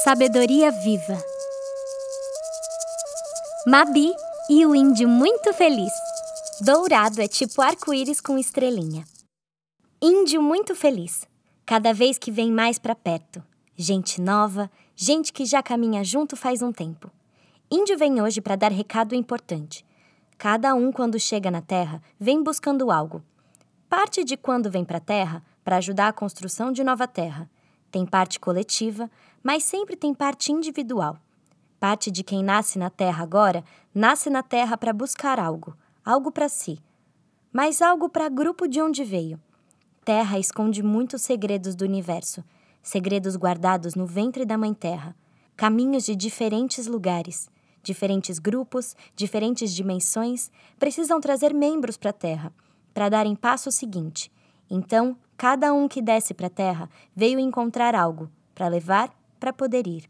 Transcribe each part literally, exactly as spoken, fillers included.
Sabedoria viva. Mabi e o índio muito feliz. Dourado é tipo arco-íris com estrelinha. Índio muito feliz. Cada vez que vem mais pra perto. Gente nova, gente que já caminha junto faz um tempo. Índio vem hoje pra dar recado importante. Cada um, quando chega na terra, vem buscando algo. Parte de quando vem pra terra, para ajudar a construção de nova terra. Tem parte coletiva, mas sempre tem parte individual. Parte de quem nasce na terra agora, nasce na terra para buscar algo, algo para si. Mas algo para grupo de onde veio. Terra esconde muitos segredos do universo, segredos guardados no ventre da Mãe Terra. Caminhos de diferentes lugares, diferentes grupos, diferentes dimensões, precisam trazer membros para a Terra, para darem passo seguinte. Então, cada um que desce para a Terra veio encontrar algo, para levar, para poder ir.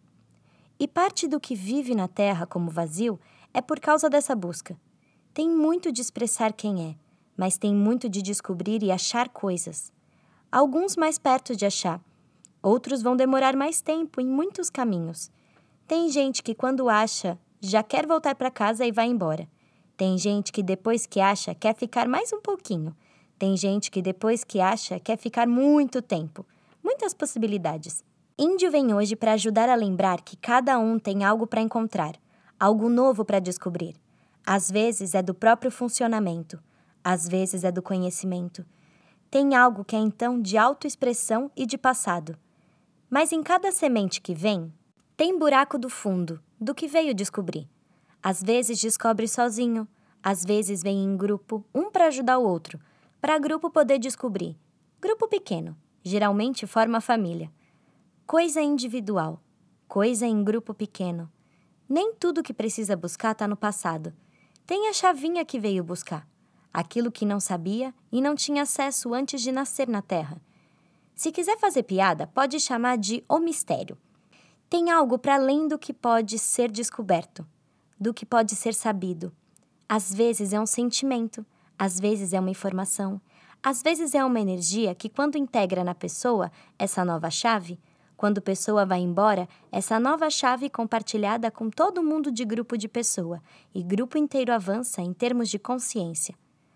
E parte do que vive na Terra como vazio é por causa dessa busca. Tem muito de expressar quem é, mas tem muito de descobrir e achar coisas. Alguns mais perto de achar, outros vão demorar mais tempo em muitos caminhos. Tem gente que quando acha, já quer voltar para casa e vai embora. Tem gente que depois que acha, quer ficar mais um pouquinho. Tem gente que depois que acha, quer ficar muito tempo. Muitas possibilidades. Índio vem hoje para ajudar a lembrar que cada um tem algo para encontrar, algo novo para descobrir. Às vezes é do próprio funcionamento, às vezes é do conhecimento. Tem algo que é então de autoexpressão e de passado. Mas em cada semente que vem, tem buraco do fundo, do que veio descobrir. Às vezes descobre sozinho, às vezes vem em grupo, um para ajudar o outro, para grupo poder descobrir. Grupo pequeno, geralmente forma família. Coisa individual, coisa em grupo pequeno. Nem tudo que precisa buscar está no passado. Tem a chavinha que veio buscar. Aquilo que não sabia e não tinha acesso antes de nascer na Terra. Se quiser fazer piada, pode chamar de o mistério. Tem algo para além do que pode ser descoberto, do que pode ser sabido. Às vezes é um sentimento, às vezes é uma informação, às vezes é uma energia que quando integra na pessoa essa nova chave, quando a pessoa vai embora, essa nova chave compartilhada com todo mundo de grupo de pessoa, e grupo inteiro avança em termos de consciência.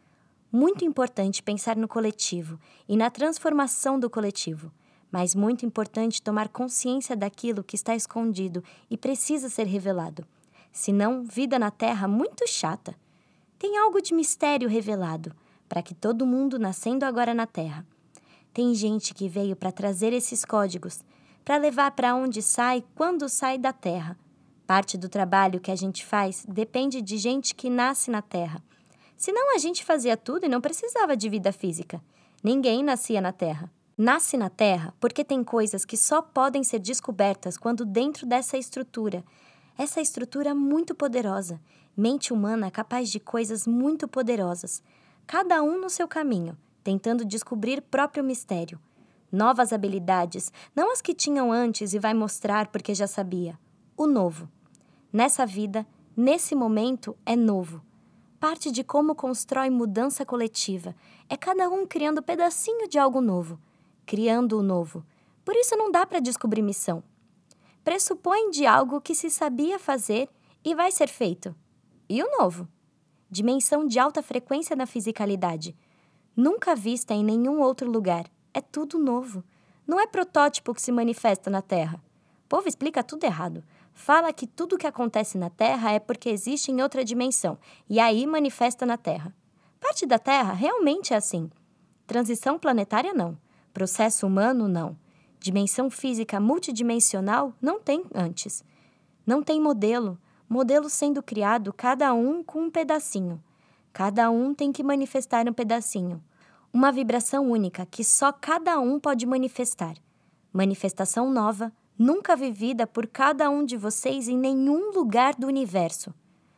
Muito importante pensar no coletivo e na transformação do coletivo, mas muito importante tomar consciência daquilo que está escondido e precisa ser revelado. Senão, vida na Terra muito chata. Tem algo de mistério revelado, para que todo mundo nascendo agora na Terra. Tem gente que veio para trazer esses códigos, para levar para onde sai, quando sai da Terra. Parte do trabalho que a gente faz depende de gente que nasce na Terra. Senão a gente fazia tudo e não precisava de vida física. Ninguém nascia na Terra. Nasce na Terra porque tem coisas que só podem ser descobertas quando dentro dessa estrutura. Essa estrutura muito poderosa. Mente humana capaz de coisas muito poderosas. Cada um no seu caminho, tentando descobrir próprio mistério. Novas habilidades, não as que tinham antes e vai mostrar porque já sabia. O novo. Nessa vida, nesse momento, é novo. Parte de como constrói mudança coletiva. É cada um criando um pedacinho de algo novo. Criando o novo. Por isso não dá para descobrir missão. Pressupõe de algo que se sabia fazer e vai ser feito. E o novo? Dimensão de alta frequência na fisicalidade. Nunca vista em nenhum outro lugar. É tudo novo. Não é protótipo que se manifesta na Terra. O povo explica tudo errado. Fala que tudo que acontece na Terra é porque existe em outra dimensão, e aí manifesta na Terra. Parte da Terra realmente é assim. Transição planetária, não. Processo humano, não. Dimensão física multidimensional, não tem antes. Não tem modelo. Modelo sendo criado, cada um com um pedacinho. Cada um tem que manifestar um pedacinho. Uma vibração única que só cada um pode manifestar. Manifestação nova, nunca vivida por cada um de vocês em nenhum lugar do universo.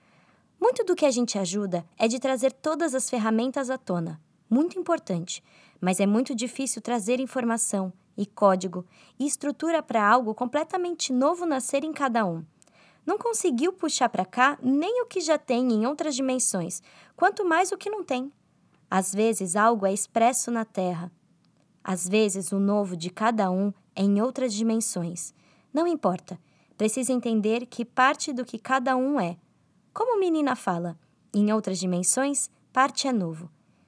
Muito do que a gente ajuda é de trazer todas as ferramentas à tona. Muito importante, mas é muito difícil trazer informação e código e estrutura para algo completamente novo nascer em cada um. Não conseguiu puxar para cá nem o que já tem em outras dimensões, quanto mais o que não tem. Às vezes algo é expresso na Terra. Às vezes o novo de cada um é em outras dimensões. Não importa. precisa entender que parte do que cada um é. Como Menina fala, em outras dimensões, parte é novo.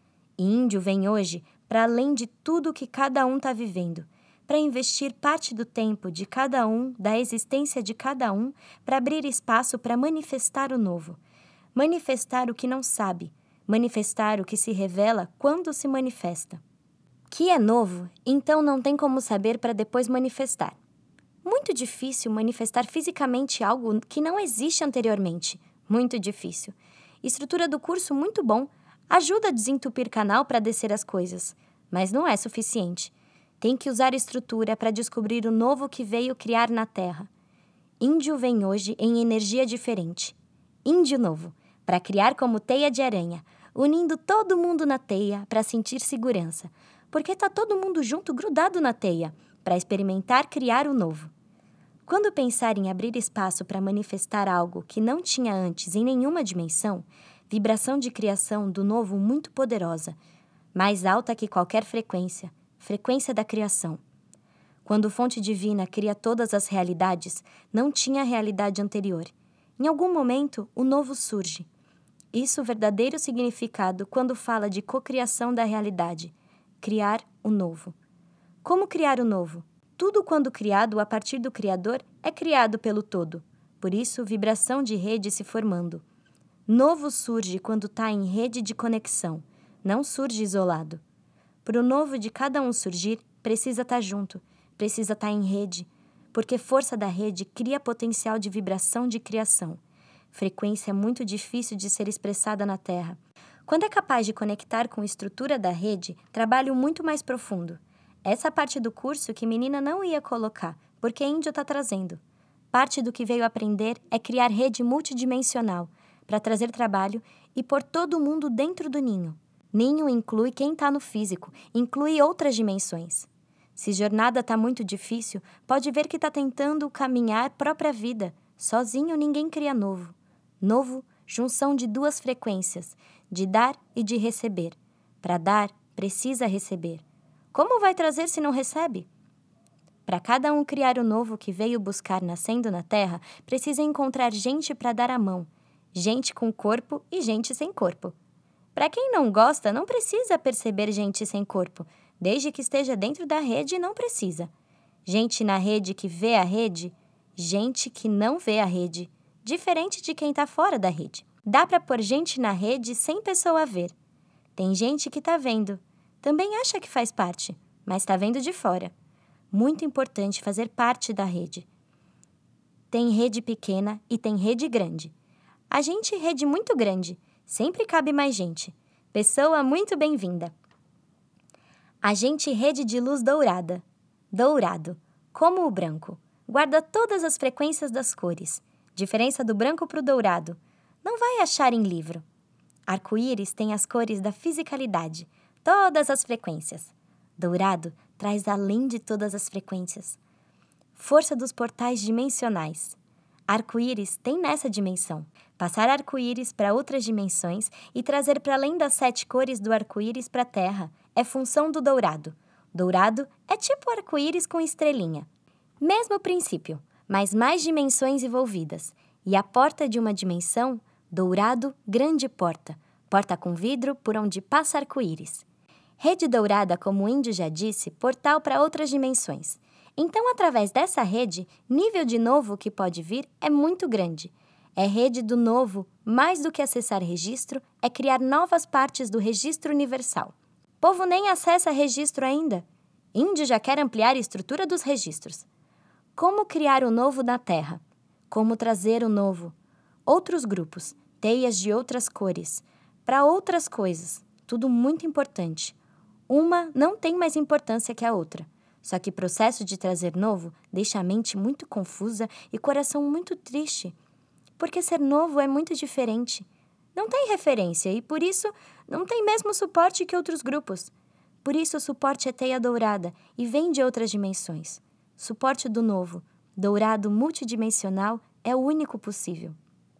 E Índio vem hoje para além de tudo que cada um está vivendo, para investir parte do tempo de cada um, da existência de cada um, para abrir espaço para manifestar o novo. Manifestar o que não sabe, manifestar o que se revela quando se manifesta. Que é novo, então não tem como saber para depois manifestar. Muito difícil manifestar fisicamente algo que não existe anteriormente. Muito difícil. Estrutura do curso muito bom, ajuda a desentupir canal para descer as coisas, mas não é suficiente. Tem que usar estrutura para descobrir o novo que veio criar na Terra. Índio vem hoje em energia diferente. Índio novo, para criar como teia de aranha, unindo todo mundo na teia para sentir segurança, porque está todo mundo junto grudado na teia, para experimentar criar o novo. Quando pensar em abrir espaço para manifestar algo que não tinha antes em nenhuma dimensão, vibração de criação do novo muito poderosa, mais alta que qualquer frequência, frequência da criação. Quando fonte divina cria todas as realidades, não tinha realidade anterior. Em algum momento, o novo surge. Isso é o verdadeiro significado quando fala de cocriação da realidade, criar o novo. Como criar o novo? Tudo quando criado a partir do Criador é criado pelo todo. Por isso, vibração de rede se formando. Novo surge quando está em rede de conexão, não surge isolado. Para o novo de cada um surgir, precisa estar junto, precisa estar em rede, porque força da rede cria potencial de vibração de criação. Frequência é muito difícil de ser expressada na Terra. Quando é capaz de conectar com a estrutura da rede, trabalho muito mais profundo. Essa parte do curso que Menina não ia colocar, porque Índio está trazendo. Parte do que veio aprender é criar rede multidimensional, para trazer trabalho e pôr todo mundo dentro do ninho. Ninho inclui quem está no físico, inclui outras dimensões. Se jornada está muito difícil, pode ver que está tentando caminhar própria vida. Sozinho ninguém cria novo. Novo, junção de duas frequências, de dar e de receber. Para dar, precisa receber. Como vai trazer se não recebe? Para cada um criar o novo que veio buscar nascendo na Terra, precisa encontrar gente para dar a mão. Gente com corpo e gente sem corpo. Para quem não gosta, não precisa perceber gente sem corpo. Desde que esteja dentro da rede, não precisa. Gente na rede que vê a rede, gente que não vê a rede. Diferente de quem está fora da rede. Dá para pôr gente na rede sem pessoa ver. Tem gente que está vendo. Também acha que faz parte, mas está vendo de fora. Muito importante fazer parte da rede. Tem rede pequena e tem rede grande. A gente rede muito grande, sempre cabe mais gente. Pessoa muito bem-vinda. A gente rede de luz dourada. Dourado, como o branco. Guarda todas as frequências das cores. Diferença do branco para o dourado. Não vai achar em livro. Arco-íris tem as cores da fisicalidade. Todas as frequências. Dourado traz além de todas as frequências. Força dos portais dimensionais. Arco-íris tem nessa dimensão. Passar arco-íris para outras dimensões e trazer para além das sete cores do arco-íris para a Terra é função do dourado. Dourado é tipo arco-íris com estrelinha. Mesmo princípio, mas mais dimensões envolvidas. E a porta de uma dimensão, dourado, grande porta. Porta com vidro por onde passa arco-íris. Rede dourada, como o Índio já disse, portal para outras dimensões. Então, através dessa rede, nível de novo que pode vir é muito grande. É rede do novo, mais do que acessar registro, é criar novas partes do registro universal. Povo nem acessa registro ainda. Índio já quer ampliar a estrutura dos registros. Como criar o novo na Terra? Como trazer o novo? Outros grupos, teias de outras cores, para outras coisas, tudo muito importante. Uma não tem mais importância que a outra. Só que o processo de trazer novo deixa a mente muito confusa e o coração muito triste. Porque ser novo é muito diferente. Não tem referência e, por isso, não tem mesmo suporte que outros grupos. Por isso, o suporte é teia dourada e vem de outras dimensões. Suporte do novo, dourado multidimensional, é o único possível.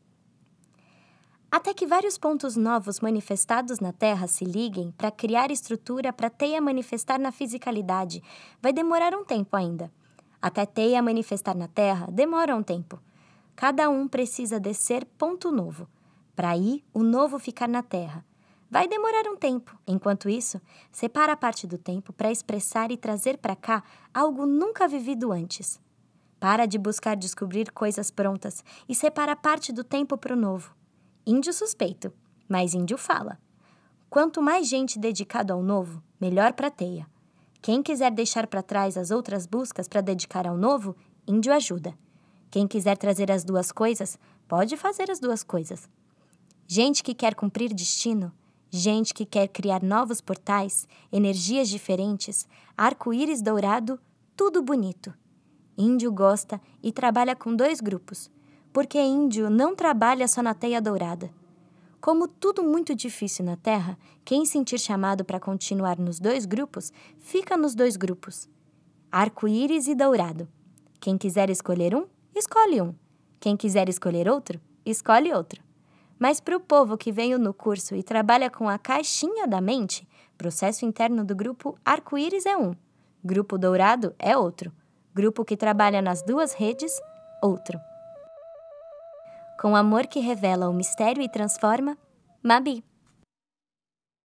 Até que vários pontos novos manifestados na Terra se liguem para criar estrutura para a teia manifestar na fisicalidade, vai demorar um tempo ainda. Até teia manifestar na terra demora um tempo. Cada um precisa descer ponto novo. Para aí, o novo ficar na terra. Vai demorar um tempo. Enquanto isso, separa parte do tempo para expressar e trazer para cá algo nunca vivido antes. Para de buscar descobrir coisas prontas e separa parte do tempo para o novo. Índio suspeito, mas índio fala. Quanto mais gente dedicada ao novo, melhor para a teia. Quem quiser deixar para trás as outras buscas para dedicar ao novo, índio ajuda. Quem quiser trazer as duas coisas, pode fazer as duas coisas. Gente que quer cumprir destino, gente que quer criar novos portais, energias diferentes, arco-íris dourado, tudo bonito. Índio gosta e trabalha com dois grupos, porque índio não trabalha só na teia dourada. Como tudo muito difícil na Terra, quem sentir chamado para continuar nos dois grupos, fica nos dois grupos. Arco-íris e dourado. Quem quiser escolher um, escolhe um. Quem quiser escolher outro, escolhe outro. Mas para o povo que veio no curso e trabalha com a caixinha da mente, processo interno do grupo arco-íris é um. Grupo dourado é outro. Grupo que trabalha nas duas redes, outro. Com amor que revela o mistério e transforma, Mabi.